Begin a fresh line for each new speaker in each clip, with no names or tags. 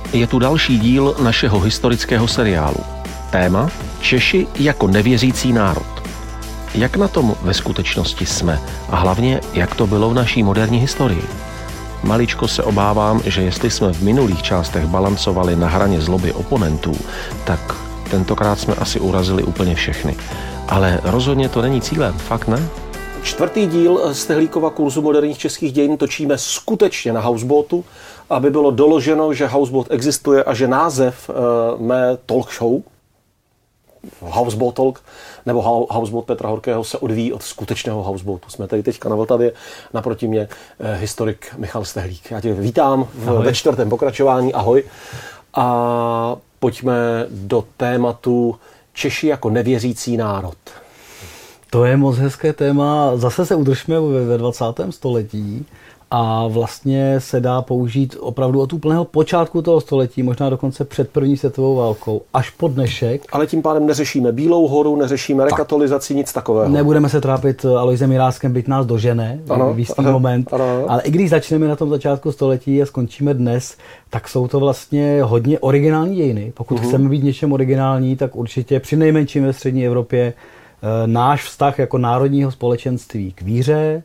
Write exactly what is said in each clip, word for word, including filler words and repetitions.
Je tu další díl našeho historického seriálu. Téma Češi jako nevěřící národ. Jak na tom ve skutečnosti jsme a hlavně, jak to bylo v naší moderní historii? Maličko se obávám, že jestli jsme v minulých částech balancovali na hraně zloby oponentů, tak tentokrát jsme asi urazili úplně všechny. Ale rozhodně to není cílem, fakt ne? Čtvrtý díl z Tehlíkova kurzu moderních českých dějin točíme skutečně na Houseboatu, aby bylo doloženo, že Houseboat existuje a že název uh, mé talk show, Houseboat Talk, nebo Houseboat Petra Horkého se odvíjí od skutečného houseboatu. Jsme tady teďka na Vltavě, naproti mě eh, historik Michal Stehlík. Já tě vítám v, ve čtvrtém pokračování, ahoj. A pojďme do tématu Češi jako nevěřící národ.
To je moc hezké téma. Zase se udržíme ve dvacátém století a vlastně se dá použít opravdu od úplného počátku toho století, možná dokonce před první světovou válkou, až po dnešek.
Ale tím pádem neřešíme Bílou horu, neřešíme rekatolizaci, nic takového.
Nebudeme se trápit Alojzem Jiráskem, byť nás dožene v jistý moment. Ano, ano. Ale i když začneme na tom začátku století a skončíme dnes, tak jsou to vlastně hodně originální dějiny. Pokud uh-huh. chceme být něčem originální, tak určitě při nejmenším ve střední Evropě náš vztah jako národního společenství k víře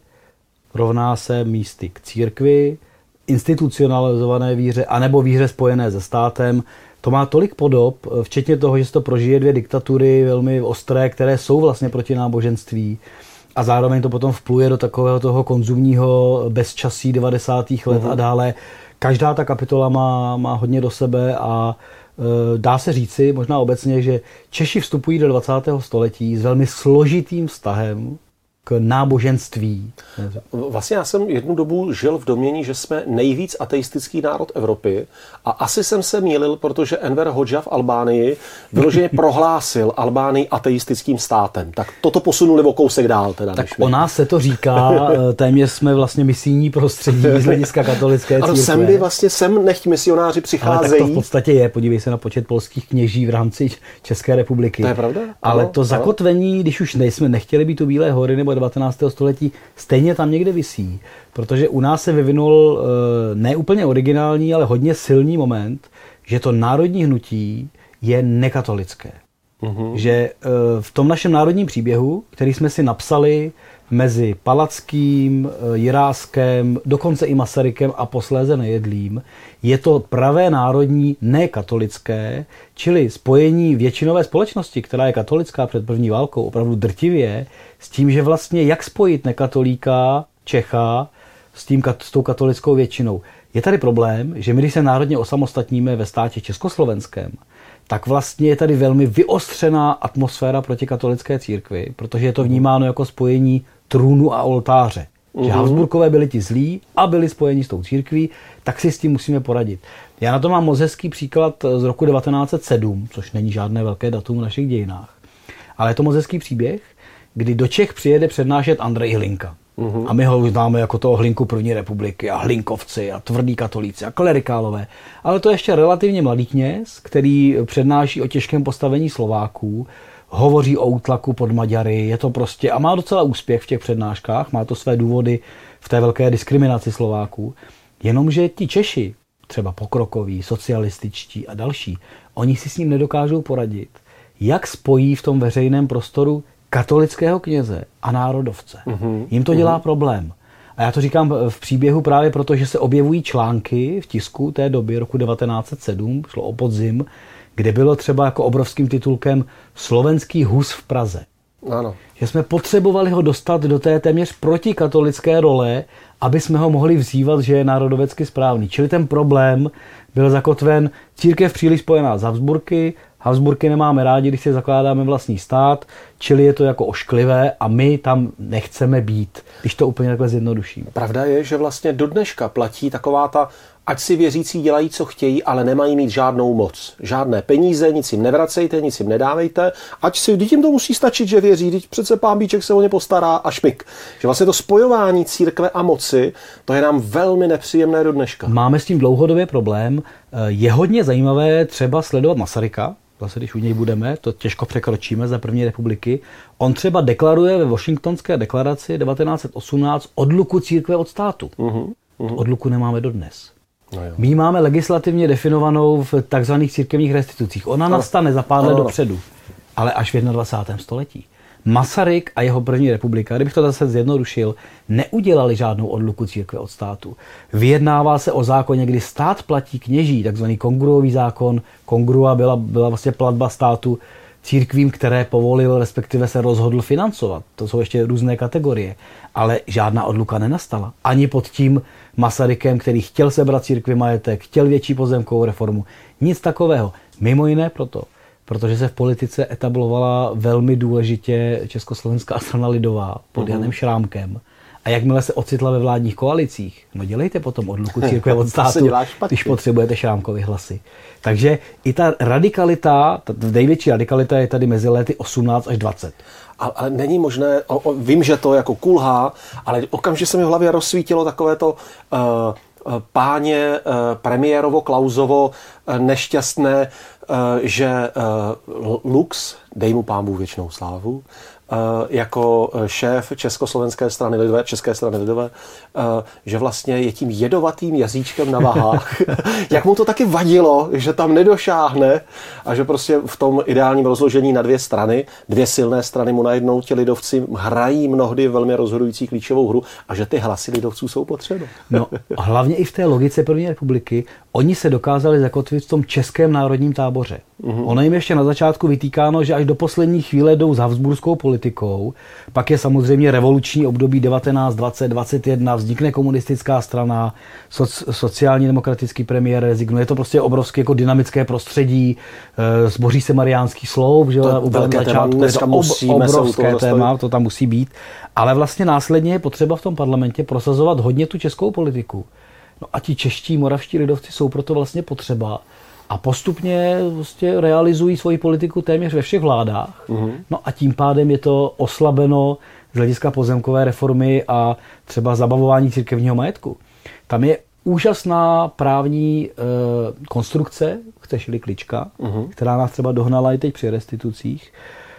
rovná se místy k církvi, institucionalizované víře, anebo víře spojené se státem. To má tolik podob, včetně toho, že se to prožije dvě diktatury velmi ostré, které jsou vlastně proti náboženství. A zároveň to potom vpluje do takového toho konzumního bezčasí devadesátých let uh-huh. a dále. Každá ta kapitola má, má hodně do sebe a e, dá se říci, možná obecně, že Češi vstupují do dvacátého století s velmi složitým vztahem k náboženství.
Vlastně já jsem jednu dobu žil v domnění, že jsme nejvíc ateistický národ Evropy a asi jsem se mýlil, protože Enver Hodža v Albánii vyloženě prohlásil Albánii ateistickým státem. Tak toto posunuli o kousek dál. Teda,
tak o nás se to říká, téměř jsme vlastně misijní prostředí z hlediska katolické církve.
Ano, sem by vlastně, sem nechť misionáři přicházejí.
Ale tak to v podstatě je, podívej se na počet polských kněží v rámci České republiky.
To je pravda.
Ale
ano,
to zakotvení, ano. když už nejsme, nechtěli být u Bílé hory nebo devatenáctého století, stejně tam někde visí. Protože u nás se vyvinul ne úplně originální, ale hodně silný moment, že to národní hnutí je nekatolické. Uhum. Že v tom našem národním příběhu, který jsme si napsali mezi Palackým, Jiráskem, dokonce i Masarykem a posléze Nejedlým, je to pravé národní nekatolické, čili spojení většinové společnosti, která je katolická před první válkou, opravdu drtivě, s tím, že vlastně jak spojit nekatolíka, Čecha, s, tím, s tou katolickou většinou. Je tady problém, že my, když se národně osamostatníme ve státě československém, tak vlastně je tady velmi vyostřená atmosféra proti katolické církvi, protože je to vnímáno jako spojení trůnu a oltáře. Uhum. Že Habsburkové byli ti zlí a byli spojeni s tou církví, tak si s tím musíme poradit. Já na to mám moc hezký příklad z roku devatenáct set sedm, což není žádné velké datum v našich dějinách. Ale je to moc hezký příběh, kdy do Čech přijede přednášet Andrej Hlinka. Uhum. A my ho známe jako toho Hlinku první republiky a Hlinkovci a tvrdí katolíci a klerikálové. Ale to je ještě relativně mladý kněz, který přednáší o těžkém postavení Slováků, hovoří o útlaku pod Maďary, je to prostě a má docela úspěch v těch přednáškách, má to své důvody v té velké diskriminaci Slováků. Jenomže ti Češi, třeba pokrokoví, socialističtí a další, oni si s ním nedokážou poradit, jak spojí v tom veřejném prostoru katolického kněze a národovce. Uhum. Jim to dělá uhum. problém. A já to říkám v příběhu právě proto, že se objevují články v tisku té doby roku devatenáct set sedm, šlo o podzim, kde bylo třeba jako obrovským titulkem Slovenský hus v Praze.
Ano.
Že jsme potřebovali ho dostat do té téměř protikatolické role, aby jsme ho mohli vzývat, že je národovecky správný. Čili ten problém byl zakotven církev příliš spojená s Habsburky, Habsburky nemáme rádi, když si zakládáme vlastní stát, čili je to jako ošklivé a my tam nechceme být, když to úplně takhle zjednodušíme.
Pravda je, že vlastně do dneška platí taková ta, ať si věřící dělají, co chtějí, ale nemají mít žádnou moc. Žádné peníze, nic jim nevracejte, nic jim nedávejte, ať si, vždyť jim to musí stačit, že věří, vždyť přece Pán Bíček se o ně postará a šmik. Že vlastně to spojování církve a moci, to je nám velmi nepříjemné do dneška.
Máme s tím dlouhodobě problém. Je hodně zajímavé třeba sledovat Masaryka, zase když u něj budeme, to těžko překročíme za první republiky. On třeba deklaruje ve Washingtonské deklaraci devatenáct set osmnáct odluku církve od státu. Uh-huh, uh-huh. Odluku nemáme dodnes. No my ji máme legislativně definovanou v takzvaných církevních restitucích. Ona no. nastane za pár let no. dopředu, ale až v jednadvacátém století. Masaryk a jeho první republika, kdybych to zase zjednodušil, neudělali žádnou odluku církve od státu. Vyjednává se o zákoně, kdy stát platí kněží, takzvaný kongruový zákon. Kongrua byla, byla vlastně platba státu církvím, které povolil, respektive se rozhodl financovat. To jsou ještě různé kategorie. Ale žádná odluka nenastala. Ani pod tím Masarykem, který chtěl sebrat církvi majetek, chtěl větší pozemkovou reformu. Nic takového. Mimo jiné proto, protože se v politice etablovala velmi důležitě Československá strana lidová pod uh-huh. Janem Šrámkem. A jakmile se ocitla ve vládních koalicích, no dělejte potom odluku církve od státu, když potřebujete Šrámkovy hlasy. Takže i ta radikalita, ta největší radikalita je tady mezi lety osmnáct až dvacet.
Ale, ale není možné, o, o, vím, že to jako kulhá, ale okamžitě se mi v hlavě rozsvítilo takové to uh, uh, páně uh, premiérovo, Klausovo uh, nešťastné, uh, že uh, Lux, dej mu pán Bůh věčnou slávu, jako šéf Československé strany lidové, České strany lidové, že vlastně je tím jedovatým jazyčkem na vahách. Jak mu to taky vadilo, že tam nedošáhne a že prostě v tom ideálním rozložení na dvě strany, dvě silné strany mu najednou ti lidovci hrají mnohdy velmi rozhodující klíčovou hru a že ty hlasy lidovců jsou potřeba.
No, hlavně i v té logice první republiky, oni se dokázali zakotvit v tom českém národním táboře. Uhum. Ono jim ještě na začátku vytýkáno, že až do poslední chvíle jdou s habsburskou politikou, pak je samozřejmě revoluční období devatenáct dvacet dvacet jedna, vznikne komunistická strana, soc, sociální demokratický premiér rezignuje, je to prostě obrovské jako dynamické prostředí, e, zboří se Mariánský sloup, že
to velké začátku, téma, je to ob,
obrovské téma, to tam musí být, ale vlastně následně je potřeba v tom parlamentě prosazovat hodně tu českou politiku. No a ti čeští, moravští lidovci jsou proto vlastně potřeba a postupně vlastně realizují svoji politiku téměř ve všech vládách. Mm-hmm. No a tím pádem je to oslabeno z hlediska pozemkové reformy a třeba zabavování církevního majetku. Tam je úžasná právní e, konstrukce, chceš-li klička, mm-hmm. která nás třeba dohnala i teď při restitucích.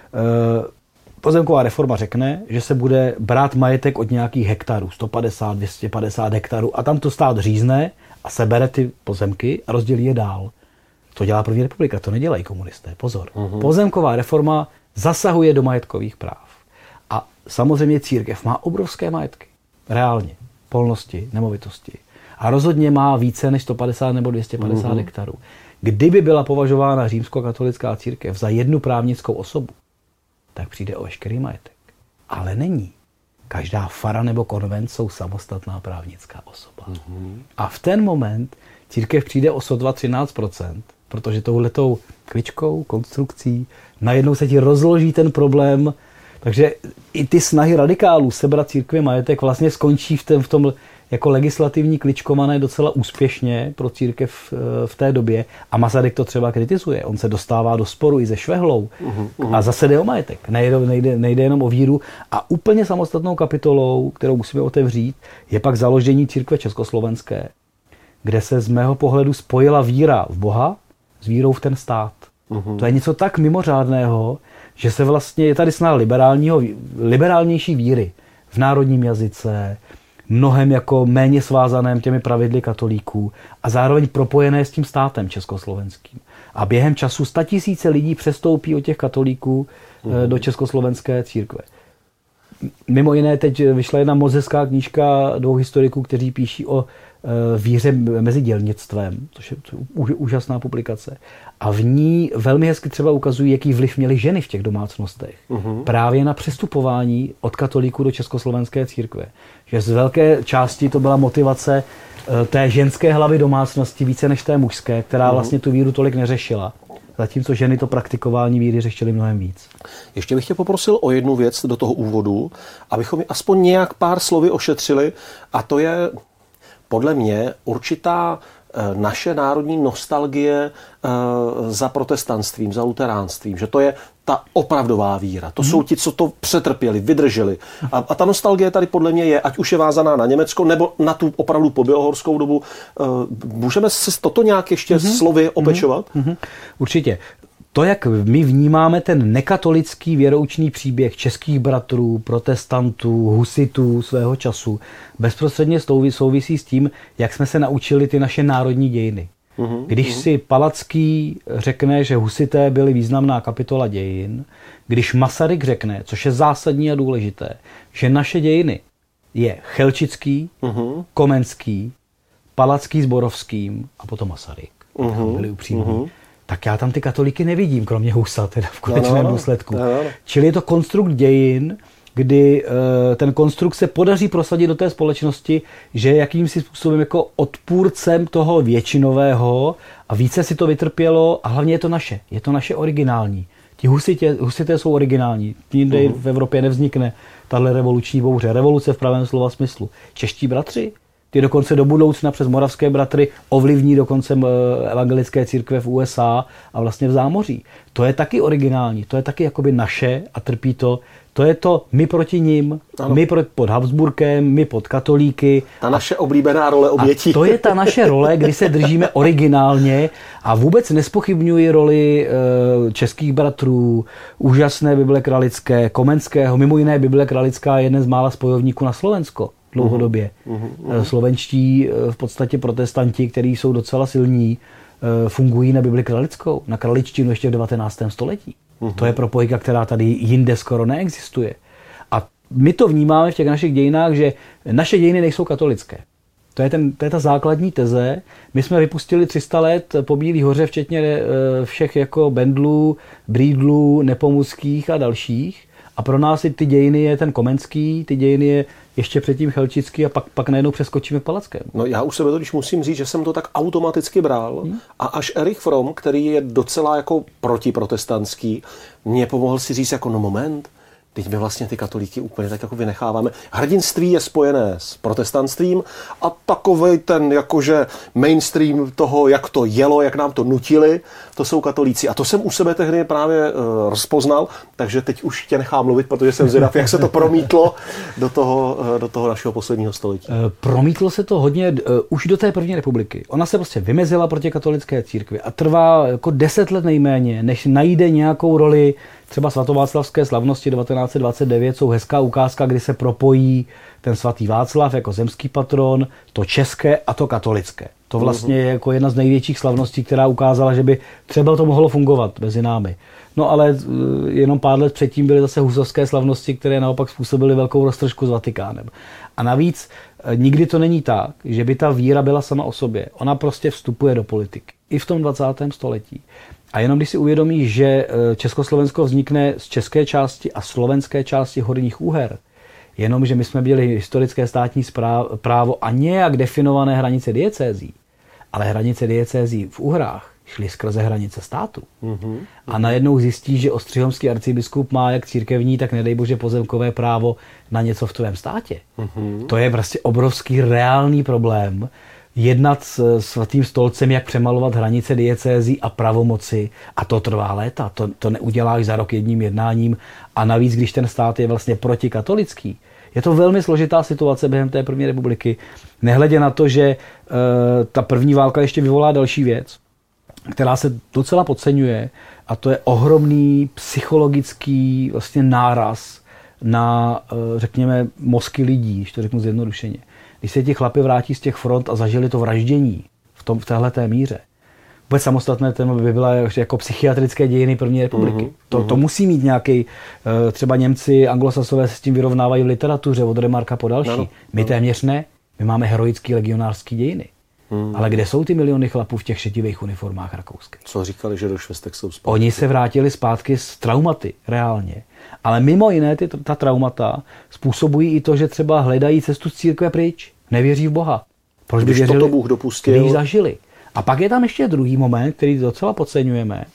E, pozemková reforma řekne, že se bude brát majetek od nějakých hektarů, sto padesát, dvě stě padesát hektarů a tam to stát řízne a sebere ty pozemky a rozdělí je dál. To dělá první republika, to nedělají komunisté, pozor. Uhum. Pozemková reforma zasahuje do majetkových práv. A samozřejmě církev má obrovské majetky, reálně, polnosti, nemovitosti. A rozhodně má více než sto padesát nebo dvě stě padesát uhum. hektarů. Kdyby byla považována římskokatolická církev za jednu právnickou osobu, tak přijde o veškerý majetek. Ale není. Každá fara nebo konvent jsou samostatná právnická osoba. Mm-hmm. A v ten moment církev přijde o sotva třináct procent, protože touhletou kličkou, konstrukcí, najednou se ti rozloží ten problém, takže i ty snahy radikálů sebrat církvi majetek vlastně skončí v, ten, v tom jako legislativní kličkované docela úspěšně pro církev v té době a Masaryk to třeba kritizuje. On se dostává do sporu i se Švehlou uhum, uhum. a zase jde o majetek. Nejde, nejde, nejde jenom o víru a úplně samostatnou kapitolou, kterou musíme otevřít, je pak založení církve československé, kde se z mého pohledu spojila víra v Boha s vírou v ten stát. Uhum. To je něco tak mimořádného, že se vlastně je tady snaha liberálního, liberálnější víry v národním jazyce, mnohem jako méně svázaném těmi pravidly katolíků a zároveň propojené s tím státem československým. A během času statisíce lidí přestoupí od těch katolíků mm. do československé církve. Mimo jiné teď vyšla jedna mozeská knížka dvou historiků, kteří píší o víře mezi dělnictvem, což je úžasná publikace. A v ní velmi hezky třeba ukazují, jaký vliv měly ženy v těch domácnostech. Uh-huh. Právě na přestupování od katolíků do československé církve. Že z velké části to byla motivace té ženské hlavy domácnosti více než té mužské, která uh-huh. vlastně tu víru tolik neřešila. Zatímco ženy to praktikování víry řešily mnohem víc.
Ještě bych tě poprosil o jednu věc do toho úvodu, abychom ji aspoň nějak pár slovy ošetřili, a to je podle mě určitá naše národní nostalgie za protestantstvím, za luteránstvím, že to je ta opravdová víra. To hmm. jsou ti, co to přetrpěli, vydrželi. A, a ta nostalgie tady podle mě je, ať už je vázaná na Německo, nebo na tu opravdu pobělohorskou dobu. Můžeme se toto nějak ještě hmm. slovy opečovat?
Hmm. Určitě. to, jak my vnímáme ten nekatolický věroučný příběh českých bratrů, protestantů, husitů svého času, bezprostředně souvisí s tím, jak jsme se naučili ty naše národní dějiny. Uhum, když uhum. si Palacký řekne, že husité byli významná kapitola dějin, když Masaryk řekne, což je zásadní a důležité, že naše dějiny je Chelčický, uhum. Komenský, Palacký s Borovským a potom Masaryk, uhum. byli upřímní, uhum. tak já tam ty katolíky nevidím, kromě Husa teda v konečném no, no, důsledku. No, no. Čili je to konstrukt dějin, kdy uh, ten konstrukt se podaří prosadit do té společnosti, že je jakýmsi způsobem jako odpůrcem toho většinového a více si to vytrpělo a hlavně je to naše, je to naše originální. Ti husitě, husité jsou originální, jinde uh-huh. v Evropě nevznikne tahle revoluční bouře, revoluce v pravém slova smyslu. Čeští bratři, ty dokonce do budoucna přes moravské bratry ovlivní dokonce evangelické církve v U S A a vlastně v zámoří. To je taky originální, to je taky jakoby naše a trpí to. To je to my proti nim, ano. my pod Habsburkem, my pod katolíky.
Ta naše oblíbená role obětí.
A to je ta naše role, kdy se držíme originálně a vůbec nespochybňuji roli českých bratrů, úžasné Bible Kralické, Komenského, mimo jiné Bible Kralická je jeden z mála spojovníků na Slovensko dlouhodobě. Uhum, uhum. Slovenští v podstatě protestanti, kteří jsou docela silní, fungují na Bibli Kralickou, na kraličtinu ještě v devatenáctém století. Uhum. To je propojka, která tady jinde skoro neexistuje. A my to vnímáme v těch našich dějinách, že naše dějiny nejsou katolické. To je, ten, to je ta základní teze. My jsme vypustili tři sta let po Bílé hoře, včetně všech jako Bendlů, Brýdlů, Nepomuckých a dalších. A pro nás i ty dějiny je ten Komenský, ty dějiny je ještě předtím Chelčický a pak, pak najednou přeskočíme v Palackém.
No já už sebe totiž musím říct, že jsem to tak automaticky bral hmm. a až Erich Fromm, který je docela jako protiprotestantský, mě pomohl si říct jako no moment, teď my vlastně ty katolíky úplně tak jako vynecháváme. Hrdinství je spojené s protestantstvím a takovej ten jakože mainstream toho, jak to jelo, jak nám to nutili, to jsou katolíci. A to jsem u sebe tehdy právě uh, rozpoznal, takže teď už tě nechám mluvit, protože jsem zvědav, jak se to promítlo do toho, uh, do toho našeho posledního století.
Uh, promítlo se to hodně uh, už do té první republiky. Ona se prostě vymezila proti katolické církvi a trvá jako deset let nejméně, než najde nějakou roli. Třeba svatováclavské slavnosti devatenáct set dvacet devět jsou hezká ukázka, kdy se propojí ten svatý Václav jako zemský patron, to české a to katolické. To vlastně je jako jedna z největších slavností, která ukázala, že by třeba to mohlo fungovat mezi námi. No ale jenom pár let předtím byly zase husovské slavnosti, které naopak způsobily velkou roztržku s Vatikánem. A navíc nikdy to není tak, že by ta víra byla sama o sobě. Ona prostě vstupuje do politiky. I v tom dvacátém století. A jenom když si uvědomíš, že Československo vznikne z české části a slovenské části Horních Úher, jenom, že my jsme měli historické státní právo a nějak definované hranice diecézí, ale hranice diecézí v Uhrách šly skrze hranice státu. Mm-hmm. A najednou zjistí, že ostřihomský arcibiskup má jak církevní, tak nedej bože pozemkové právo na něco v tvém státě. Mm-hmm. To je prostě obrovský reálný problém, jednat s svatým stolcem, jak přemalovat hranice diecézí a pravomoci. A to trvá léta. To, to neuděláš za rok jedním jednáním. A navíc, když ten stát je vlastně protikatolický. Je to velmi složitá situace během té první republiky. Nehledě na to, že e, ta první válka ještě vyvolá další věc, která se docela podceňuje. A to je ohromný psychologický vlastně náraz na, e, řekněme, mozky lidí, když to řeknu zjednodušeně. Když se ti chlapi vrátí z těch front a zažili to vraždění v, tom, v téhleté míře. Vůbec samostatné téma by byla jako psychiatrické dějiny první republiky. Mm-hmm. To, to musí mít nějaký, třeba Němci, anglosasové se s tím vyrovnávají v literatuře od Remarka po další. No, My no. téměř ne. My máme heroický legionářský dějiny. Mm. Ale kde jsou ty miliony chlapů v těch šetivých uniformách rakouských?
Co říkali, že do švestek jsou zpátky?
Oni se vrátili zpátky s traumaty, reálně. Ale mimo jiné, ty, ta traumata způsobují i to, že třeba hledají cestu z církve pryč. Nevěří v Boha. Proč by věřili,
to Bůh dopustil?
Když zažili. A pak je tam ještě druhý moment, který docela podceňujeme,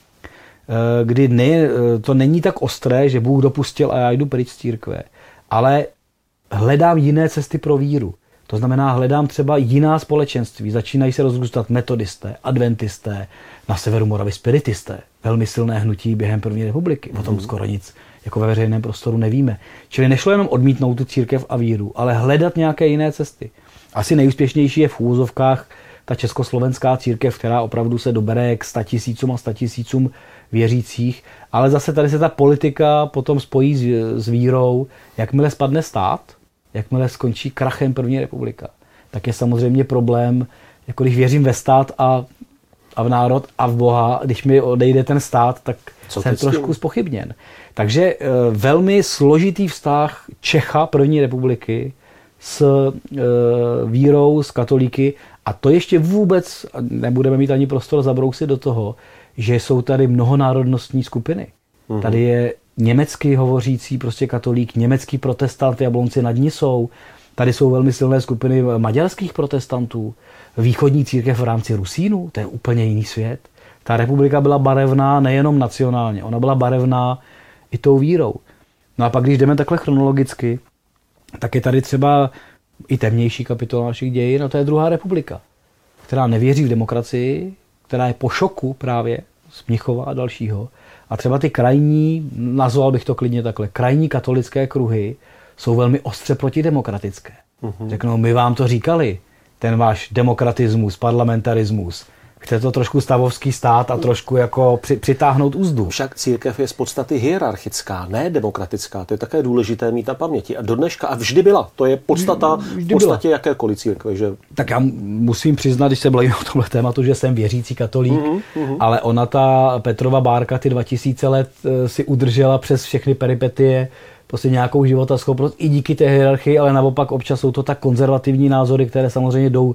kdy ne, to není tak ostré, že Bůh dopustil a já jdu pryč z církve, ale hledám jiné cesty pro víru. To znamená, hledám třeba jiná společenství. Začínají se rozrůstat metodisté, adventisté, na severu Moravy spiritisté. Velmi silné hnutí během první republiky. O tom mm. skoro nic jako ve veřejném prostoru nevíme. Čili nešlo jenom odmítnout tu církev a víru, ale hledat nějaké jiné cesty. Asi nejúspěšnější je v úvozovkách ta československá církev, která opravdu se dobere k statisícům a statisícům věřících, ale zase tady se ta politika potom spojí s, s vírou. Jakmile spadne stát, jakmile skončí krachem první republika, tak je samozřejmě problém, jako když věřím ve stát a, a v národ a v Boha, když mi odejde ten stát, tak Co jsem trošku zpochybněn. Takže e, velmi složitý vztah Čecha první republiky s e, vírou, s katolíky, a to ještě vůbec nebudeme mít ani prostor zabrousit do toho, že jsou tady mnohonárodnostní skupiny. Uhum. Tady je německy hovořící prostě katolík, německý protestant, Jablonci nad Nisou. Tady jsou velmi silné skupiny maďarských protestantů. Východní církev v rámci Rusínů, to je úplně jiný svět. Ta republika byla barevná nejenom nacionálně, ona byla barevná i tou vírou. No a pak, když jdeme takhle chronologicky, tak je tady třeba i temnější kapitola našich dějin, a to je druhá republika, která nevěří v demokracii, která je po šoku právě z Mnichova a dalšího. A třeba ty krajní, nazval bych to klidně takhle, krajní katolické kruhy jsou velmi ostře protidemokratické. Uhum. Řeknou, my vám to říkali, ten váš demokratismus, parlamentarismus. Chce to trošku stavovský stát a trošku jako při, přitáhnout úzdu.
Však církev je z podstaty hierarchická, ne demokratická. To je také důležité mít na paměti. A do dneška, a vždy byla. To je podstata v podstatě byla. Jakékoliv církve. Že...
Tak já musím přiznat, když se bavíme o tomhle tématu, že jsem věřící katolík, mm-hmm, mm-hmm. ale ona, ta Petrova Bárka, ty dva tisíce let si udržela přes všechny peripetie prostě nějakou životaschopnost i díky té hierarchii, ale naopak občas jsou to tak konzervativní názory, které samozřejmě jdou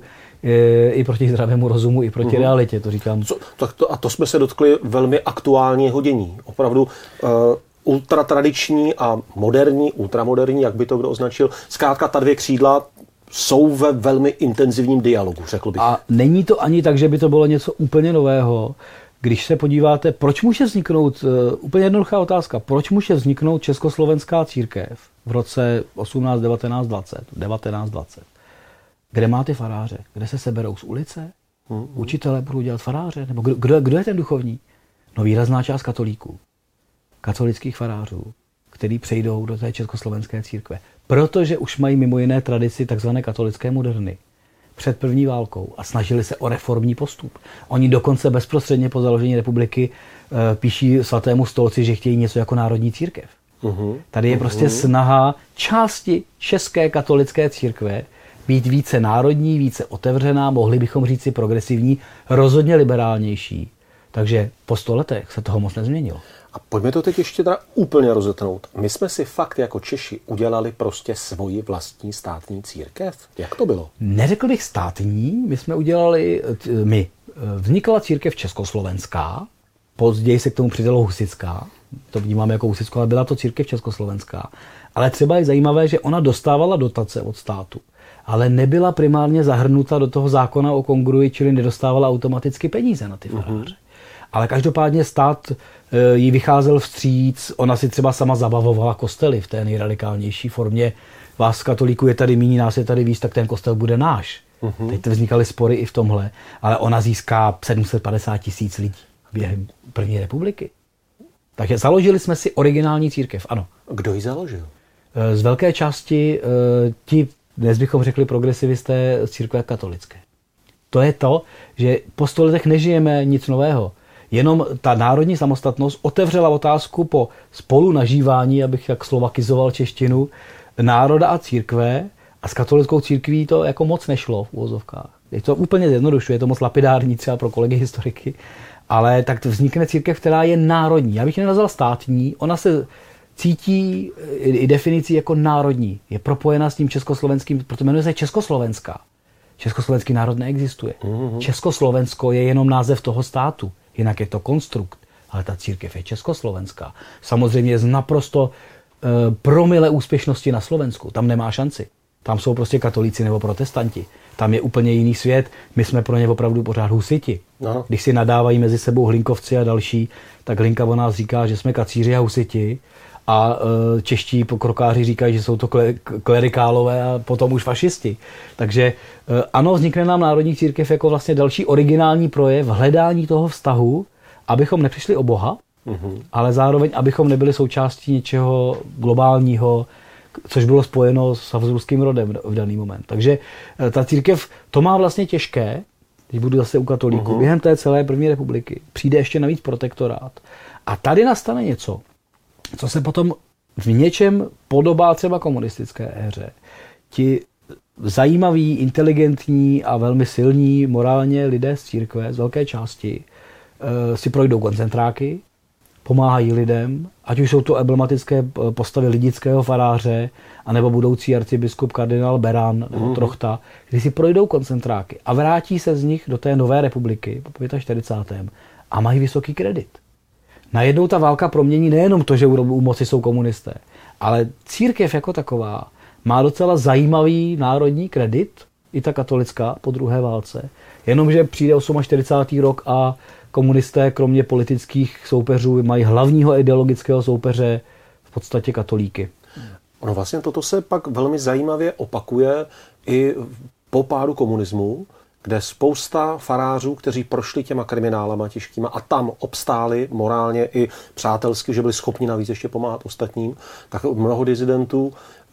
i proti zdravému rozumu, i proti mm-hmm. realitě, to říkám.
Co, tak to, a to jsme se dotkli velmi aktuálního dění. Opravdu uh, ultratradiční a moderní, ultramoderní, jak by to kdo označil. Zkrátka ta dvě křídla jsou ve velmi intenzivním dialogu, řekl bych.
A není to ani tak, že by to bylo něco úplně nového. Když se podíváte, proč může vzniknout, uh, úplně jednoduchá otázka, proč může vzniknout československá církev v roce osmnáct, devatenáct, dvacet, devatenáct, dvacet? Kde máte faráře? Kde se seberou z ulice? Mm-hmm. Učitelé budou dělat faráře? Nebo kdo, kdo, kdo je ten duchovní? No výrazná část katolíků. Katolických farářů, který přejdou do té československé církve. Protože už mají mimo jiné tradici takzvané katolické moderny před první válkou a snažili se o reformní postup. Oni dokonce bezprostředně po založení republiky e, píší svatému stolci, že chtějí něco jako národní církev. Mm-hmm. Tady je prostě snaha části české katolické církve být více národní, více otevřená, mohli bychom říct si progresivní, rozhodně liberálnější. Takže po sto letech se toho moc nezměnilo.
A pojďme to teď ještě teda úplně rozetnout. My jsme si fakt jako Češi udělali prostě svoji vlastní státní církev? Jak to bylo?
Neřekl bych státní, my jsme udělali, my. Vznikla církev československá, později se k tomu přidalo husitská, to vnímáme jako husitskou, ale byla to církev československá. Ale třeba je zajímavé, že ona dostávala dotace od státu, ale nebyla primárně zahrnuta do toho zákona o kongrui, čili nedostávala automaticky peníze na ty faráře. Mm-hmm. Ale každopádně stát e, jí vycházel vstříc, ona si třeba sama zabavovala kostely v té nejradikálnější formě. Vás katolíků je tady míní, nás je tady víc, tak ten kostel bude náš. Mm-hmm. Teď vznikaly spory i v tomhle, ale ona získá sedm set padesát tisíc lidí během první republiky. Takže založili jsme si originální církev, ano.
Kdo ji založil?
E, z velké části e, ti, dnes bychom řekli progresivisté z církve katolické. To je to, že po sto letech nežijeme nic nového. Jenom ta národní samostatnost otevřela otázku po spolunažívání, abych jak slovakizoval češtinu, národa a církve, a s katolickou církví to jako moc nešlo v uvozovkách. Je to úplně zjednodušuje, je to moc lapidární třeba pro kolegy historiky, ale tak vznikne církev, která je národní. Já bych ji nenazval státní, ona se cítí i definicí jako národní. Je propojena s tím československým, proto jmenuje se Československá. Československý národ neexistuje. Mm-hmm. Československo je jenom název toho státu. Jinak je to konstrukt, ale ta církev je československá. Samozřejmě z naprosto e, promile úspěšnosti na Slovensku. Tam nemá šanci. Tam jsou prostě katolíci nebo protestanti. Tam je úplně jiný svět. My jsme pro ně opravdu pořád husiti. No. Když si nadávají mezi sebou Hlinkovci a další, tak Hlinka o nás říká, že jsme kacíři a husiti. A e, čeští pokrokáři říkají, že jsou to klerikálové a potom už fašisti. Takže e, ano, vznikne nám národní církev jako vlastně další originální projev hledání toho vztahu, abychom nepřišli o Boha, mm-hmm. ale zároveň, abychom nebyli součástí něčeho globálního, což bylo spojeno s habsburským rodem v daný moment. Takže e, ta církev to má vlastně těžké, teď budu zase u katolíků, uh-huh. během té celé první republiky přijde ještě navíc protektorát. A tady nastane něco, co se potom v něčem podobá třeba komunistické éře. Ti zajímaví, inteligentní a velmi silní morálně lidé z církve, z velké části, si projdou koncentráky, pomáhají lidem, ať už jsou to emblematické postavy lidického faráře, anebo budoucí arcibiskup kardinál Beran nebo mm. Trochta, kteří si projdou koncentráky a vrátí se z nich do té nové republiky po čtyřicátém pátém a mají vysoký kredit. Najednou ta válka promění nejenom to, že u moci jsou komunisté, ale církev jako taková má docela zajímavý národní kredit, i ta katolická po druhé válce, jenomže přijde čtyřicátý osmý rok a komunisté kromě politických soupeřů mají hlavního ideologického soupeře v podstatě katolíky.
Ono vlastně toto se pak velmi zajímavě opakuje i po pádu komunismu, kde spousta farářů, kteří prošli těma kriminálama těžkýma a tam obstáli morálně i přátelsky, že byli schopni navíc ještě pomáhat ostatním, tak mnoho dizidentů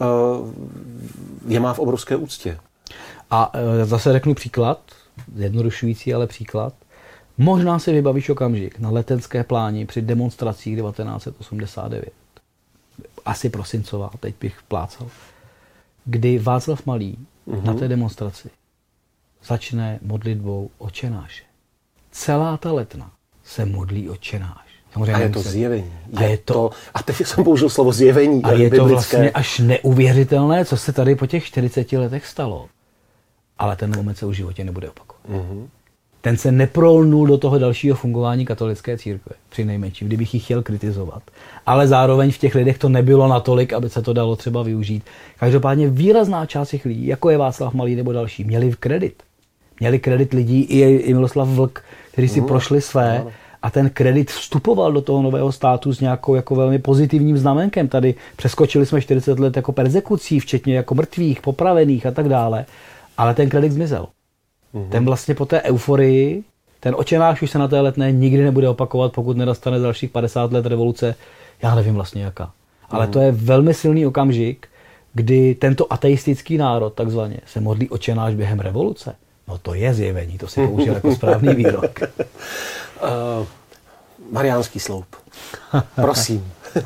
je má v obrovské úctě.
A zase řeknu příklad, zjednodušující, ale příklad. Možná si vybavíš okamžik na Letenské pláni při demonstracích devatenáct set osmdesát devět. Asi prosincová, teď bych plácal. Kdy Václav Malý mm-hmm. na té demonstraci začne modlitbou Otče náše. Celá ta Letna se modlí Otče náš.
Samozřejmě a je to zjevení.
A, je to,
to, a teď jsem použil slovo zjevení.
A je biblické. To vlastně až neuvěřitelné, co se tady po těch čtyřiceti letech stalo. Ale ten moment se už v životě nebude opakovat. Mm-hmm. Ten se neprolnul do toho dalšího fungování katolické církve, při nejmenším, kdybych ji chtěl kritizovat. Ale zároveň v těch lidech to nebylo natolik, aby se to dalo třeba využít. Každopádně výrazná část těch lidí, jako je Václav Malý nebo další, měli kredit. Měli kredit lidí i, i Miloslav Vlk, kteří si mm. prošli své a ten kredit vstupoval do toho nového státu s nějakou jako velmi pozitivním znamenkem. Tady přeskočili jsme čtyřicet let jako perzekucí, včetně jako mrtvých, popravených a tak dále, ale ten kredit zmizel. Uhum. Ten vlastně po té euforii, ten Otče náš už se na té Letné nikdy nebude opakovat, pokud nedostane dalších padesát let revoluce, já nevím vlastně jaká. Ale uhum. To je velmi silný okamžik, kdy tento ateistický národ takzvaně se modlí Otče náš během revoluce. No to je zjevení, to si použil jako správný výrok.
uh, Mariánský sloup. Prosím.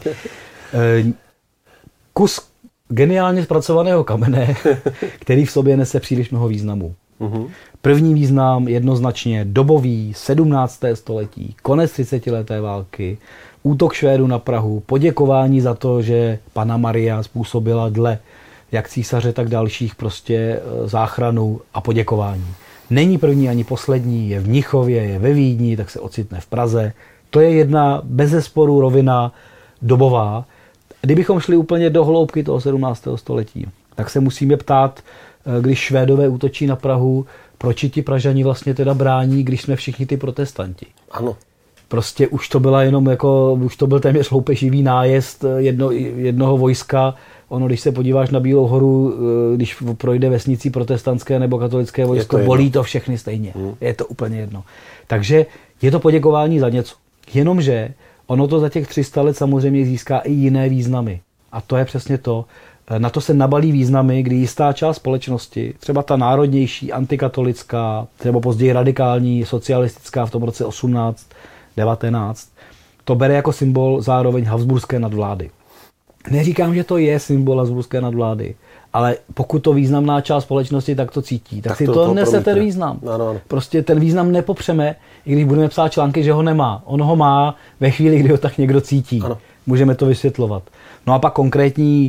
Kus geniálně zpracovaného kamene, který v sobě nese příliš mnoho významů. Uhum. První význam jednoznačně dobový, sedmnácté století, konec třicetileté války, útok Švédů na Prahu, poděkování za to, že Panna Maria způsobila dle jak císaře, tak dalších prostě záchranu a poděkování. Není první ani poslední, je v Mnichově, je ve Vídni, tak se ocitne v Praze. To je jedna bezesporu rovina dobová. Kdybychom šli úplně do hloubky toho sedmnáctého století, tak se musíme ptát, když Švédové útočí na Prahu, proč ti Pražani vlastně teda brání, když jsme všichni ty protestanti.
Ano.
Prostě už to byla jenom jako, už to byl téměř loupeživý nájezd jedno, jednoho vojska. Ono, když se podíváš na Bílou horu, když projde vesnicí protestantské nebo katolické vojsko, to bolí to všechny stejně. Hmm. Je to úplně jedno. Takže je to poděkování za něco. Jenomže ono to za těch tři sta let samozřejmě získá i jiné významy. A to je přesně to. Na to se nabalí významy, kdy jistá část společnosti, třeba ta národnější, antikatolická, třeba později radikální, socialistická v tom roce osmnáct devatenáct, to bere jako symbol zároveň habsburské nadvlády. Neříkám, že to je symbol habsburské nadvlády, ale pokud to významná část společnosti tak to cítí, tak, tak si to, to nese ten význam. Ano, ano. Prostě ten význam nepopřeme, i když budeme psát články, že ho nemá. On ho má ve chvíli, kdy ho tak někdo cítí. Ano. Můžeme to vysvětlovat. No a pak konkrétní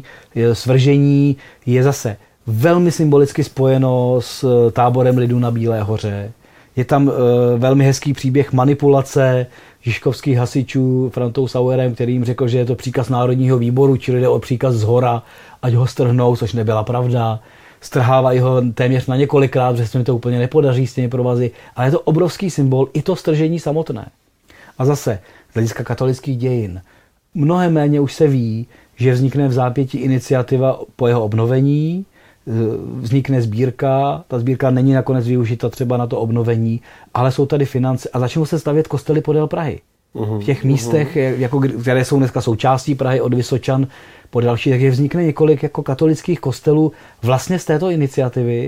svržení je zase velmi symbolicky spojeno s táborem lidu na Bílé hoře. Je tam velmi hezký příběh manipulace žižkovských hasičů Frantou Sauerem, který jim řekl, že je to příkaz Národního výboru, čili jde o příkaz zhora, ať ho strhnou, což nebyla pravda. Strhávají ho téměř na několikrát, protože se mi to úplně nepodaří s těmi provazy, ale je to obrovský symbol i to stržení samotné. A zase, z hlediska katolických dějin, mnohem méně už se ví, že vznikne v zápětí iniciativa po jeho obnovení, vznikne sbírka, ta sbírka není nakonec využita třeba na to obnovení, ale jsou tady finance a začnou se stavět kostely podél Prahy. Uhum, v těch místech, uhum. jako, které jsou dneska součástí Prahy od Vysočan po další, takže vznikne několik jako katolických kostelů vlastně z této iniciativy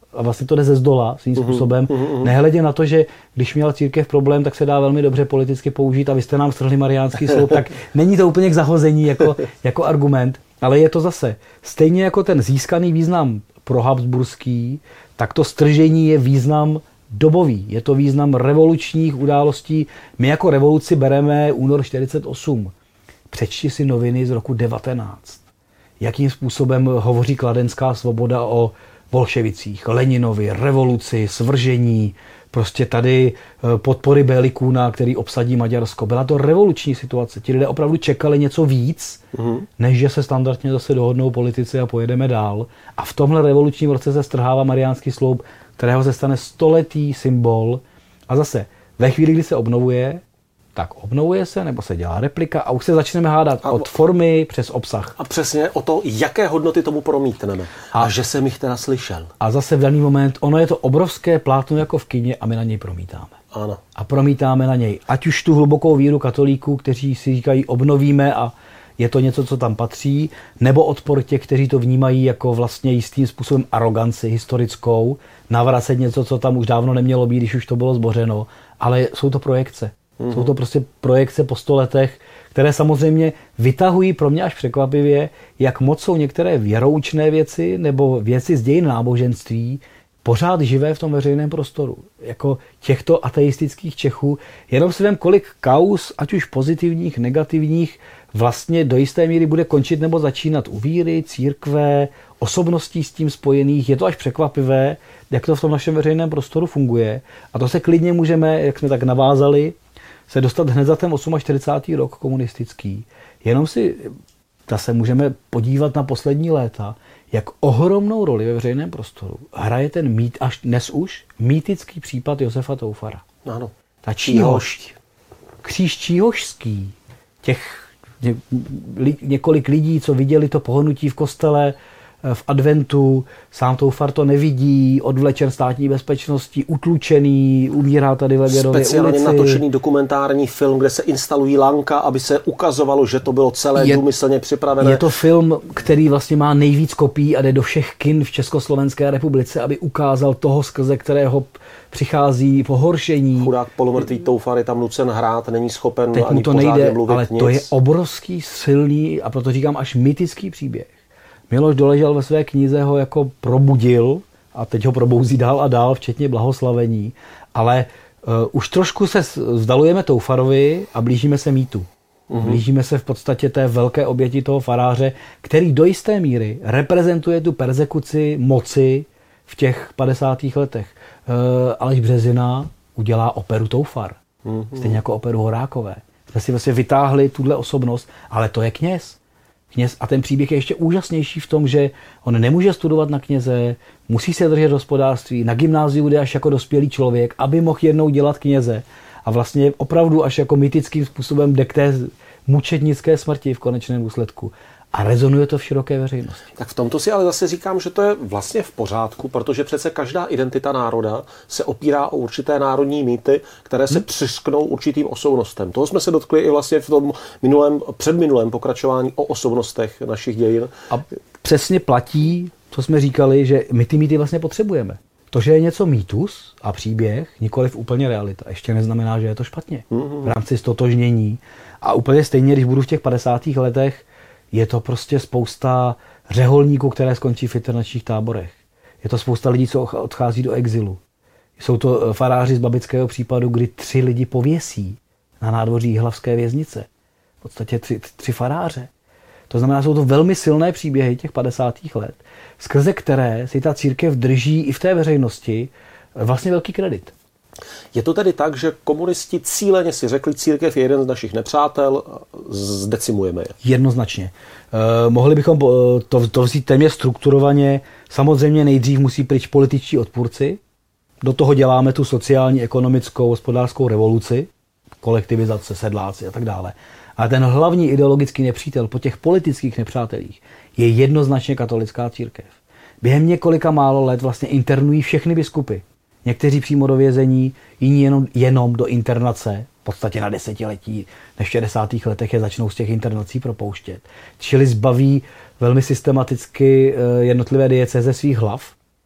a vlastně to jde ze zdola svým způsobem,
uhum.
nehledě na to, že když měla církev problém, tak se dá velmi dobře politicky použít a vy jste nám strhli Mariánský sloup, tak není to úplně k zahození jako, jako argument, ale je to zase stejně jako ten získaný význam pro habsburský, tak to stržení je význam dobový, je to význam revolučních událostí. My jako revoluci bereme únor čtyřicet osm. Přečti si noviny z roku devatenáct. Jakým způsobem hovoří Kladenská svoboda o bolševicích, Leninovi, revoluci, svržení, prostě tady podpory Bélikůna, který obsadí Maďarsko. Byla to revoluční situace. Ti lidé opravdu čekali něco víc, mm. než že se standardně zase dohodnou politici a pojedeme dál. A v tomhle revolučním roce se strhává Mariánský sloup, kterého se stane stoletý symbol. A zase ve chvíli, kdy se obnovuje, tak obnovuje se, nebo se dělá replika a už se začneme hádat a, od formy přes obsah.
A přesně o to, jaké hodnoty tomu promítneme. A, a že jsem jich teda slyšel.
A zase v daný moment, ono je to obrovské plátno jako v kině a my na něj promítáme.
Ano.
A promítáme na něj. Ať už tu hlubokou víru katolíků, kteří si říkají obnovíme a je to něco, co tam patří, nebo odpor těch, kteří to vnímají jako vlastně jistým způsobem aroganci historickou, navracet něco, co tam už dávno nemělo být, když už to bylo zbořeno, ale jsou to projekce. Mm-hmm. Jsou to prostě projekce po sto letech, které samozřejmě vytahují pro mě až překvapivě, jak moc jsou některé věroučné věci nebo věci z dějin náboženství pořád živé v tom veřejném prostoru. Jako těchto ateistických Čechů, jenom si vem, kolik kauz, ať už pozitivních, negativních, vlastně do jisté míry bude končit nebo začínat u víry, církve, osobností s tím spojených. Je to až překvapivé, jak to v tom našem veřejném prostoru funguje. A to se klidně můžeme, jak jsme tak navázali, se dostat hned za ten čtyřicátý osmý rok komunistický. Jenom si zase můžeme podívat na poslední léta, jak ohromnou roli ve veřejném prostoru hraje ten mít, až dnes už, mýtický případ Josefa Toufara.
Ano.
Ta Číhošť, kříž Číhošský, těch ně, li, několik lidí, co viděli to pohonutí v kostele, v adventu, sám Toufar to nevidí, odvlečen státní bezpečností, utlučený, umírá tady ve Věrově ulici.
Speciálně natočený dokumentární film, kde se instalují lanka, aby se ukazovalo, že to bylo celé je, důmyslně připravené.
Je to film, který vlastně má nejvíc kopií a jde do všech kin v Československé republice, aby ukázal toho, skrze kterého přichází pohoršení.
Chudák polomrtvý Toufar je tam nucen hrát, není schopen
teď
ani
to
pořádně
nejde,
mluvit
ale
nic.
To je obrovský, silný a proto říkám až mytický příběh. Miloš Doležal ve své knize ho jako probudil a teď ho probouzí dál a dál, včetně blahoslavení, ale uh, už trošku se vzdalujeme Toufarovi a blížíme se mýtu. Mm-hmm. Blížíme se v podstatě té velké oběti toho faráře, který do jisté míry reprezentuje tu perzekuci moci v těch padesátých letech. Uh, Aleš Březina udělá operu Toufar, mm-hmm. stejně jako operu Horákové. Jsme si vlastně vytáhli tuhle osobnost, ale to je kněz. Kněz, a ten příběh je ještě úžasnější v tom, že on nemůže studovat na kněze, musí se držet hospodářství, na gymnáziu jde až jako dospělý člověk, aby mohl jednou dělat kněze. A vlastně opravdu až jako mytickým způsobem jde k té mučednické smrti v konečném důsledku. A rezonuje to v široké veřejnosti.
Tak v tomto si ale zase říkám, že to je vlastně v pořádku, protože přece každá identita národa se opírá o určité národní mýty, které se hmm. přisknou určitým osobnostem. Toho jsme se dotkli i vlastně v tom minulém, předminulém pokračování o osobnostech našich dějin.
A přesně platí, co jsme říkali, že my ty mýty vlastně potřebujeme. To, že je něco mýtus a příběh, nikoliv úplně realita, ještě neznamená, že je to špatně. Hmm. V rámci stotožnění. A úplně stejně, když budu v těch padesátých letech, je to prostě spousta řeholníků, které skončí v internačních táborech. Je to spousta lidí, co odchází do exilu. Jsou to faráři z babického případu, kdy tři lidi pověsí na nádvoří Jihlavské věznice. V podstatě tři, tři faráře. To znamená, jsou to velmi silné příběhy těch padesátých let, skrze které si ta církev drží i v té veřejnosti vlastně velký kredit.
Je to tedy tak, že komunisti cíleně si řekli, církev je jeden z našich nepřátel, zdecimujeme je?
Jednoznačně. Eh, mohli bychom to, to vzít téměř strukturovaně. Samozřejmě nejdřív musí pryč političtí odpůrci. Do toho děláme tu sociální, ekonomickou, hospodářskou revoluci, kolektivizace, sedláci a tak dále. Ale ten hlavní ideologický nepřítel po těch politických nepřátelích je jednoznačně katolická církev. Během několika málo let vlastně internují všechny biskupy. Někteří přímo do vězení, jiní jenom, jenom do internace, v podstatě na desetiletí, než v šedesátých letech je začnou z těch internací propouštět. Čili zbaví velmi systematicky jednotlivé diecéze svých hlav.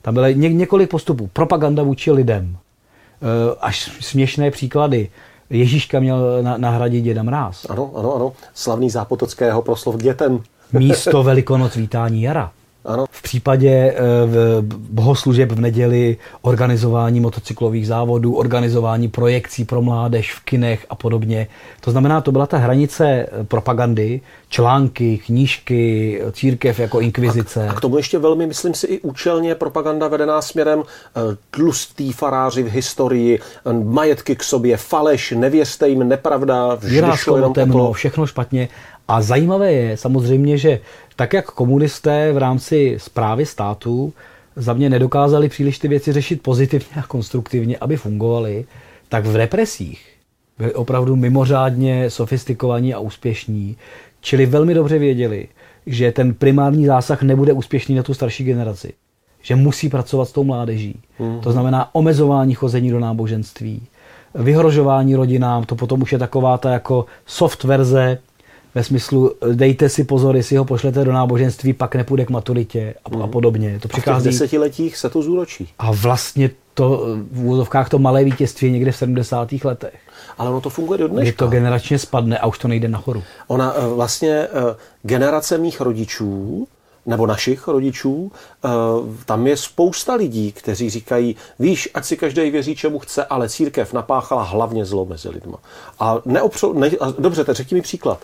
Tam bylo ně, několik postupů. Propaganda vůči lidem. E, až směšné příklady. Ježíška měl na, nahradit děda Mráz.
Ano, ano, ano. Slavný Zápotockého proslov k dětem.
Místo Velikonoc vítání jara.
Ano.
V případě v bohoslužeb v neděli, organizování motocyklových závodů, organizování projekcí pro mládež v kinech a podobně. To znamená, to byla ta hranice propagandy, články, knížky, církev jako inkvizice.
A k tomu ještě velmi, myslím si, i účelně propaganda vedená směrem tlustý faráři v historii, majetky k sobě, faleš, nevěřte jim, nepravda, vždy šlo jenom
temno,
to.
Všechno špatně. A zajímavé je samozřejmě, že tak jak komunisté v rámci správy státu za mě nedokázali příliš ty věci řešit pozitivně a konstruktivně, aby fungovaly, tak v represích byli opravdu mimořádně sofistikovaní a úspěšní, čili velmi dobře věděli, že ten primární zásah nebude úspěšný na tu starší generaci, že musí pracovat s tou mládeží. Mm-hmm. To znamená omezování chození do náboženství, vyhrožování rodinám, to potom už je taková ta jako soft verze, ve smyslu dejte si pozor, jestli ho pošlete do náboženství, pak nepůjde k maturitě a, mm. a podobně. To přichází...
A v těch desetiletích se to zúročí.
A vlastně to v úvozovkách to malé vítězství je někde v sedmdesátých letech.
Ale ono to funguje do dneška.
Kdy to generačně spadne a už to nejde nahoru.
Ona vlastně generace mých rodičů, nebo našich rodičů, tam je spousta lidí, kteří říkají, víš, ať si každý věří, čemu chce, ale církev napáchala hlavně zlo mezi lidma. A, neopřo, ne, a dobře, tak řekni mi příklad.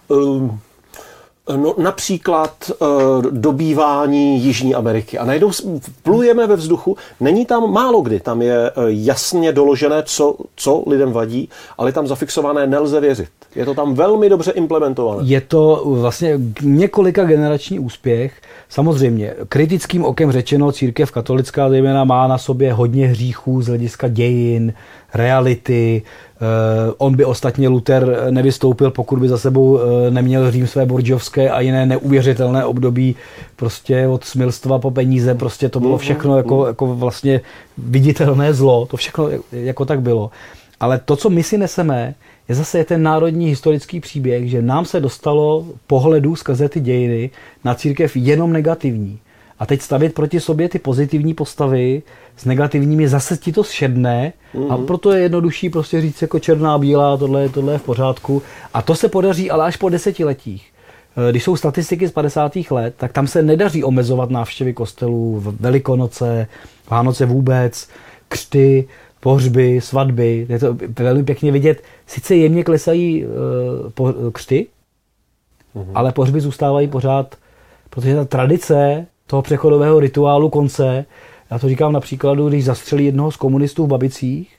No, například dobývání Jižní Ameriky. A najednou plujeme ve vzduchu, není tam málo kdy, tam je jasně doložené, co, co lidem vadí, ale je tam zafixované, nelze věřit. Je to tam velmi dobře implementované.
Je to vlastně několika generační úspěch. Samozřejmě kritickým okem řečeno, církev katolická zejména má na sobě hodně hříchů z hlediska dějin, reality. On by ostatně Luther nevystoupil, pokud by za sebou neměl Řím své borgiovské a jiné neuvěřitelné období prostě od smilstva po peníze. Prostě to bylo všechno jako, jako vlastně viditelné zlo. To všechno jako tak bylo. Ale to, co my si neseme, je zase ten národní historický příběh, že nám se dostalo pohledu skrze ty dějiny na církev jenom negativní. A teď stavět proti sobě ty pozitivní postavy s negativními, zase ti to šedne mm-hmm. a proto je jednodušší prostě říct jako černá, bílá, tohle, tohle je v pořádku. A to se podaří ale až po desetiletích. Když jsou statistiky z padesátých let, tak tam se nedaří omezovat návštěvy kostelů, Velikonoce, Vánoce vůbec, křty, pohřby, svatby. Je to velmi pěkně vidět. Sice jemně klesají uh, křty, mm-hmm. ale pohřby zůstávají pořád, protože ta tradice toho přechodového rituálu konce, já to říkám na příkladu, když zastřelí jednoho z komunistů v Babicích,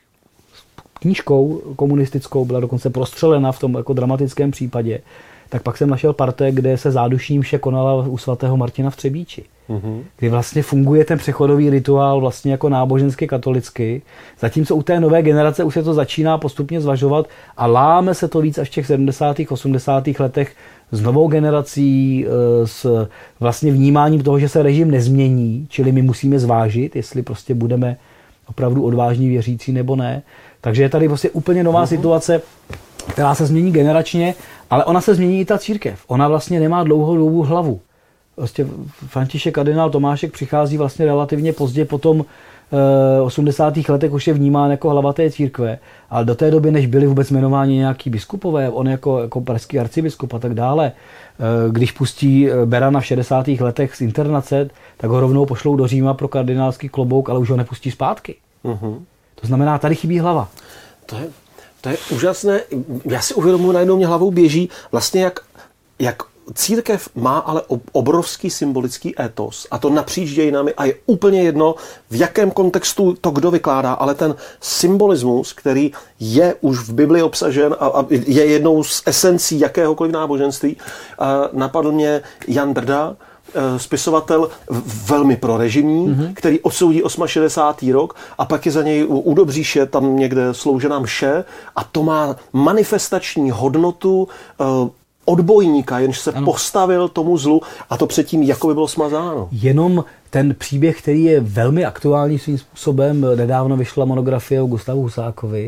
knížkou komunistickou, byla dokonce prostřelena v tom jako dramatickém případě, tak pak jsem našel parté, kde se zádušní mše konala u svatého Martina v Třebíči. Mm-hmm. Kdy vlastně funguje ten přechodový rituál vlastně jako nábožensky katolicky, zatímco u té nové generace už se to začíná postupně zvažovat a láme se to víc až v těch sedmdesátých, osmdesátých letech s novou generací, s vlastně vnímáním toho, že se režim nezmění, čili my musíme zvážit, jestli prostě budeme opravdu odvážní věřící nebo ne. Takže je tady vlastně úplně nová mm-hmm. situace, která se změní generačně, ale ona se změní i ta církev. Ona vlastně nemá dlouhodobou hlavu. Vlastně František kardinál Tomášek přichází vlastně relativně pozdě, potom v osmdesátých letech už je vnímán jako hlava té církve, ale do té doby, než byli vůbec jmenováni nějaký biskupové, on jako, jako pražský arcibiskup a tak dále, když pustí Berana v šedesátých letech z internace, tak ho rovnou pošlou do Říma pro kardinálský klobouk, ale už ho nepustí zpátky. Mm-hmm. To znamená, tady chybí hlava.
To je, to je úžasné. Já si uvědomuji, najednou mě hlavou běží vlastně jak, jak církev má ale obrovský symbolický étos a to napříč dějinami a je úplně jedno, v jakém kontextu to kdo vykládá, ale ten symbolismus, který je už v Bibli obsažen a, a je jednou z esencí jakéhokoliv náboženství, napadl mě Jan Drda, spisovatel velmi prorežimní, mm-hmm. který odsoudí šedesátý osmý rok a pak je za něj u Dobříše tam někde sloužená mše a to má manifestační hodnotu odbojníka, jenž se ano. postavil tomu zlu a to předtím jako by bylo smazáno.
Jenom ten příběh, který je velmi aktuální svým způsobem, nedávno vyšla monografie o Gustavu Husákovi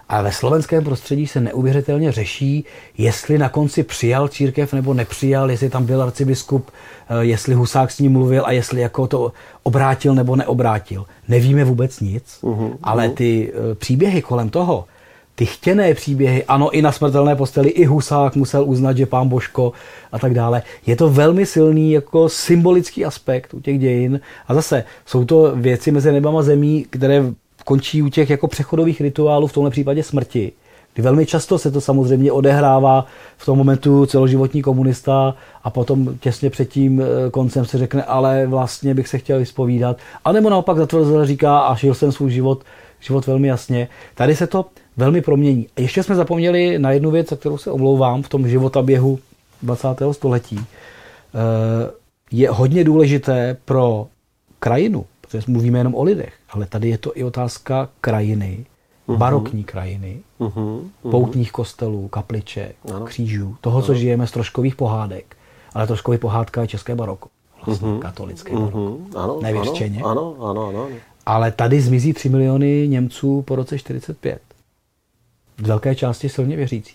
A ve slovenském prostředí se neuvěřitelně řeší, jestli na konci přijal církev nebo nepřijal, jestli tam byl arcibiskup, jestli Husák s ním mluvil a jestli jako to obrátil nebo neobrátil. Nevíme vůbec nic, uhum, ale ty příběhy kolem toho, ty chtěné příběhy, ano, i na smrtelné posteli, i Husák musel uznat, že pán Božko a tak dále. Je to velmi silný jako symbolický aspekt u těch dějin. A zase jsou to věci mezi nebama a zemí, které končí u těch jako přechodových rituálů, v tomhle případě smrti. Kdy velmi často se to samozřejmě odehrává v tom momentu celoživotní komunista a potom těsně před tím koncem se řekne, ale vlastně bych se chtěl vyspovídat. A nebo naopak zatvrzel říká a žil jsem svůj život, život velmi jasně. Tady se to velmi promění. A ještě jsme zapomněli na jednu věc, za kterou se omlouvám v tom životaběhu dvacátého století. Je hodně důležité pro krajinu, protože mluvíme jenom o lidech, ale tady je to i otázka krajiny, uhum. barokní krajiny, uhum. Uhum. poutních kostelů, kapliček, ano. křížů, toho, ano. co žijeme z troškových pohádek. Ale troškový pohádka je české baroko, vlastně uhum. katolické baroko.
Uhum. Ano,
nevěřčeně.
Ano, ano, ano, ano.
Ale tady zmizí tři miliony Němců po roce čtyřicet pět. V velké části silně věřících.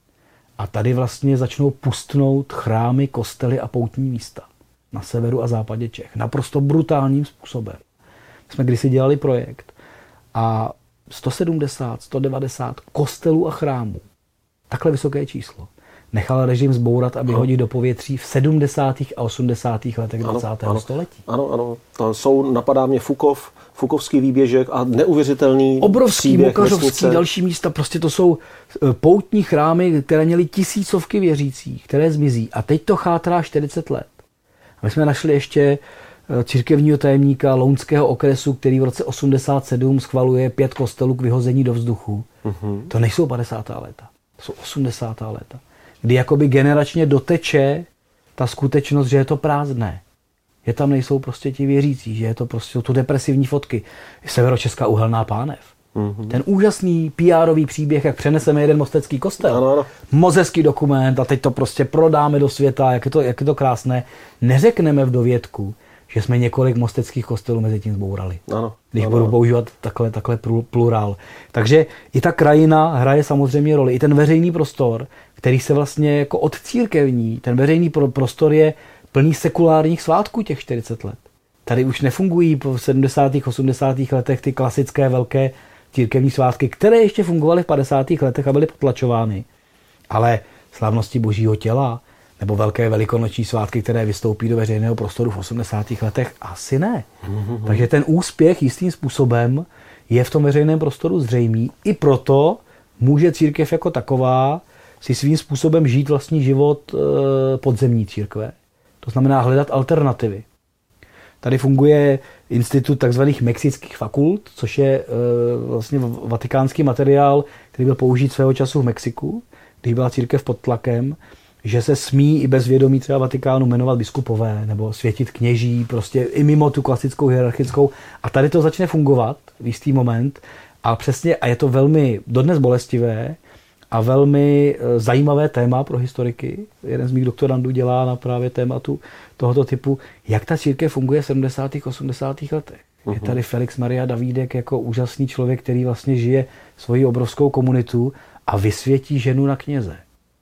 A tady vlastně začnou pustnout chrámy, kostely a poutní místa na severu a západě Čech. Naprosto brutálním způsobem. My jsme kdysi dělali projekt a sto sedmdesát, sto devadesát kostelů a chrámů, takhle vysoké číslo, nechal režim zbourat a vyhodit do povětří v sedmdesátých a osmdesátých letech dvacátého
ano,
století.
Ano, ano. To jsou, napadá mě Fukov, Fukovský výběžek a neuvěřitelný
obrovský Mokařovský, další místa, prostě to jsou poutní chrámy, které měly tisícovky věřících, které zmizí. A teď to chátrá čtyřicet let. A my jsme našli ještě církevního tajemníka Lounského okresu, který v roce osmdesát sedm schvaluje pět kostelů k vyhození do vzduchu. Uh-huh. To nejsou padesátá léta, to jsou osmdesátá léta. Kdy jakoby generačně doteče ta skutečnost, že je to prázdné. Že tam nejsou prostě ti věřící, že je to prostě tu depresivní fotky. Severočeská uhelná pánev. Mm-hmm. Ten úžasný pé erový příběh, jak přeneseme jeden mostecký kostel.
Ano, ano.
Mozecký dokument a teď to prostě prodáme do světa, jak je to, jak je to krásné. Neřekneme v dovědku, že jsme několik mosteckých kostelů mezi tím zbourali.
Ano,
když
ano,
budu
ano.
používat takhle, takhle plurál. Takže i ta krajina hraje samozřejmě roli. I ten veřejný prostor, který se vlastně jako odcírkevní, ten veřejný prostor je plný sekulárních svátků těch čtyřicet let. Tady už nefungují po sedmdesátých, osmdesátých letech ty klasické velké církevní svátky, které ještě fungovaly v padesátých letech a byly potlačovány. Ale slavnosti Božího těla nebo velké velikonoční svátky, které vystoupí do veřejného prostoru v osmdesátých letech, asi ne. Mm-hmm. Takže ten úspěch jistým způsobem je v tom veřejném prostoru zřejmý. I proto může církev jako taková si svým způsobem žít vlastní život e, podzemní církve. To znamená hledat alternativy. Tady funguje institut takzvaných mexických fakult, což je e, vlastně vatikánský materiál, který byl použit svého času v Mexiku, když byla církev pod tlakem, že se smí i bez vědomí třeba Vatikánu jmenovat biskupové nebo světit kněží, prostě i mimo tu klasickou hierarchickou. A tady to začne fungovat v jistý moment a přesně, a je to velmi dodnes bolestivé a velmi zajímavé téma pro historiky. Jeden z mých doktorandů dělá na právě tématu tohoto typu, jak ta církev funguje v sedmdesátých, osmdesátých letech. Uh-huh. Je tady Felix Maria Davídek jako úžasný člověk, který vlastně žije svoji obrovskou komunitu a vysvětí ženu na kněze.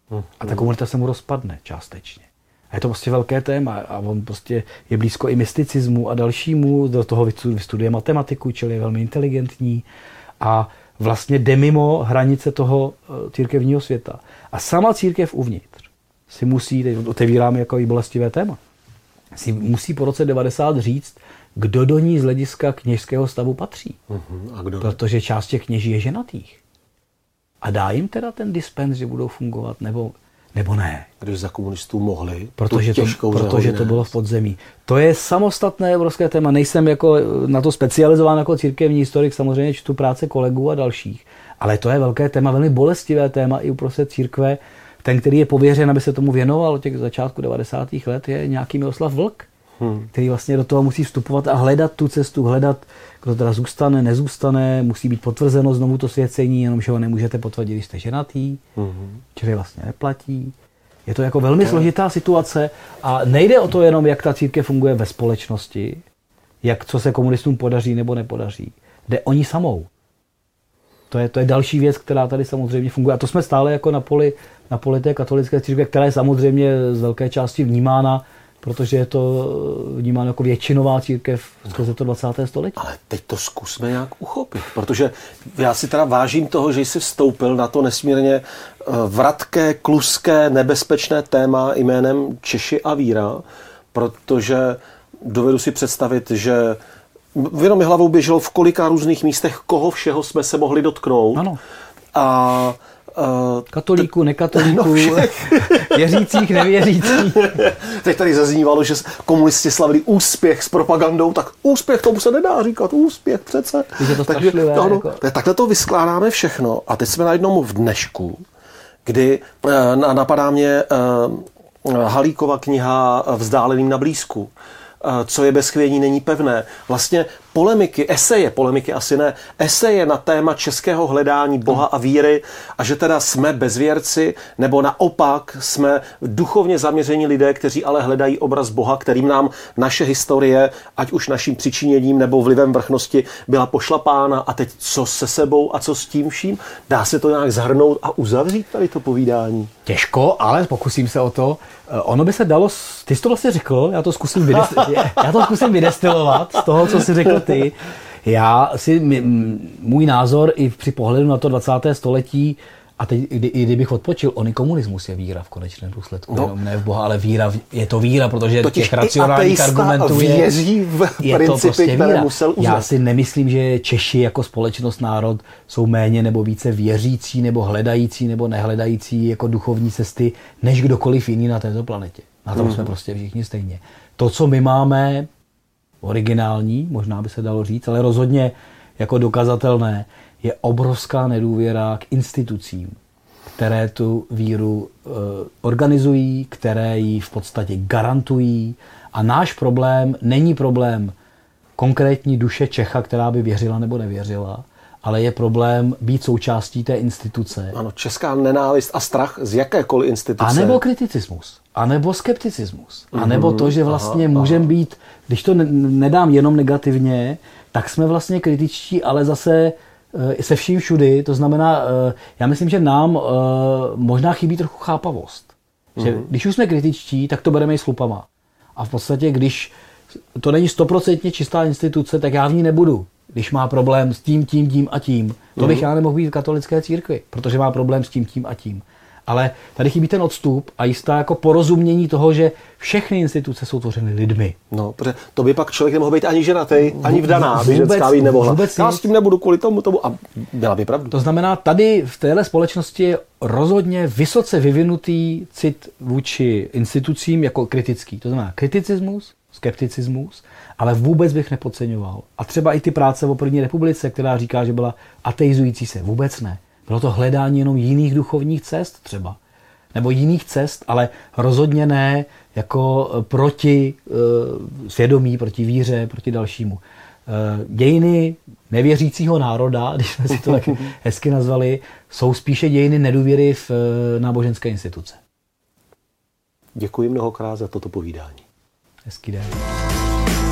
A ta komunita se mu rozpadne částečně. A je to prostě velké téma a on prostě je blízko i mysticismu a dalšímu, do toho vystuduje matematiku, čili je velmi inteligentní a vlastně jde mimo hranice toho církevního světa. A sama církev uvnitř si musí, teď otevíráme jako i bolestivé téma, si musí po roce devadesát říct, kdo do ní z hlediska kněžského stavu patří.
Uh-huh. A kdo?
Protože část těch kněží je ženatých. A dá jim teda ten dispens, že budou fungovat, nebo, nebo ne?
Když za komunistů mohli,
protože
tu
to, protože to bylo v podzemí. To je samostatné evropské téma. Nejsem jako na to specializován jako církevní historik, samozřejmě čtu práce kolegů a dalších. Ale to je velké téma, velmi bolestivé téma i uprostřed církve. Ten, který je pověřen, aby se tomu věnoval od těch začátku devadesátých let, je nějaký Miroslav Vlk, hmm. který vlastně do toho musí vstupovat a hledat tu cestu, hledat, kdo teda zůstane, nezůstane, musí být potvrzeno znovu to svěcení, jenomže ho nemůžete potvrdit, když jste ženatý, hmm. čili vlastně neplatí. Je to jako velmi složitá situace a nejde o to jenom, jak ta církev funguje ve společnosti, jak co se komunistům podaří nebo nepodaří. Jde o ní samou. To je, to je další věc, která tady samozřejmě funguje. A to jsme stále jako na poli, na poli té katolické církve, která je samozřejmě z velké části vnímána, protože je to vnímáno jako většinová církev skrze to dvacáté století.
Ale teď to zkusme nějak uchopit, protože já si teda vážím toho, že jsi vstoupil na to nesmírně vratké, kluské, nebezpečné téma jménem Češi a víra, protože dovedu si představit, že jenom mi hlavou běželo, v kolika různých místech, koho všeho jsme se mohli dotknout.
Ano.
A
Uh, katolíků, nekatolíků, no věřících, nevěřících.
Teď tady zaznívalo, že komunisti slavili úspěch s propagandou, tak úspěch, tomu se nedá říkat, úspěch přece.
Je to strašlivé.
No, no,
jako...
Takhle to vyskládáme všechno a teď jsme na jednom v dnešku, kdy uh, napadá mě uh, Halíkova kniha Vzdáleným na blízku. Co je bez chvění, není pevné. Vlastně polemiky, eseje, polemiky asi ne, eseje na téma českého hledání Boha a víry a že teda jsme bezvěrci, nebo naopak jsme duchovně zaměření lidé, kteří ale hledají obraz Boha, kterým nám naše historie, ať už naším přičiněním nebo vlivem vrchnosti, byla pošlapána a teď co se sebou a co s tím vším? Dá se to nějak zhrnout a uzavřít tady to povídání?
Těžko, ale pokusím se o to. Ono by se dalo, ty jsi to vlastně řekl, já to zkusím, vydestilovat, já to zkusím vydestilovat z toho, co jsi řekl ty. Já si, můj názor i při pohledu na to dvacáté století, a teď, kdy, i kdybych odpočil, on i komunismus je víra v konečném důsledku. No. Ne v Boha, ale víra, v, je to víra, protože
totiž
těch racionálních argumentů je,
věří v
je
principy,
to prostě víra.
Musel uznat.
Já si nemyslím, že Češi jako společnost, národ jsou méně nebo více věřící, nebo hledající, nebo nehledající jako duchovní cesty, než kdokoliv jiný na této planetě. Na tom mm. jsme prostě všichni stejně. To, co my máme, originální, možná by se dalo říct, ale rozhodně jako dokazatelné, je obrovská nedůvěra k institucím, které tu víru e, organizují, které ji v podstatě garantují. A náš problém není problém konkrétní duše Čecha, která by věřila nebo nevěřila, ale je problém být součástí té instituce.
Ano, česká nenávist a strach z jakékoliv instituce.
A nebo kriticismus, a nebo skepticismus, a nebo to, že vlastně aha, můžeme aha. být, když to nedám jenom negativně, tak jsme vlastně kritičtí, ale zase se vším všudy, to znamená, já myslím, že nám možná chybí trochu chápavost. Že mm. když už jsme kritičtí, tak to bereme i s chlupama. A v podstatě, když to není stoprocentně čistá instituce, tak já v ní nebudu. Když má problém s tím, tím, tím a tím. To bych mm. já nemohl být v katolické církvi, protože má problém s tím, tím a tím. Ale tady chybí ten odstup a jistá jako porozumění toho, že všechny instituce jsou tvořeny lidmi.
No, protože to by pak člověk nemohl být ani ženatý, ani vdaná, aby ženská být nemohla. Já s tím nebudu kvůli tomu, tomu a byla by pravdu.
To znamená, tady v téhle společnosti je rozhodně vysoce vyvinutý cit vůči institucím jako kritický. To znamená kriticismus, skepticismus, ale vůbec bych nepodceňoval. A třeba i ty práce o první republice, která říká, že byla ateizující se, vůbec ne. Bylo to hledání jenom jiných duchovních cest třeba. Nebo jiných cest, ale rozhodně ne jako proti uh, svědomí, proti víře, proti dalšímu. Uh, dějiny nevěřícího národa, když jsme si to tak hezky nazvali, jsou spíše dějiny nedůvěry v uh, náboženské instituce.
Děkuji mnohokrát za toto povídání.
Hezký den.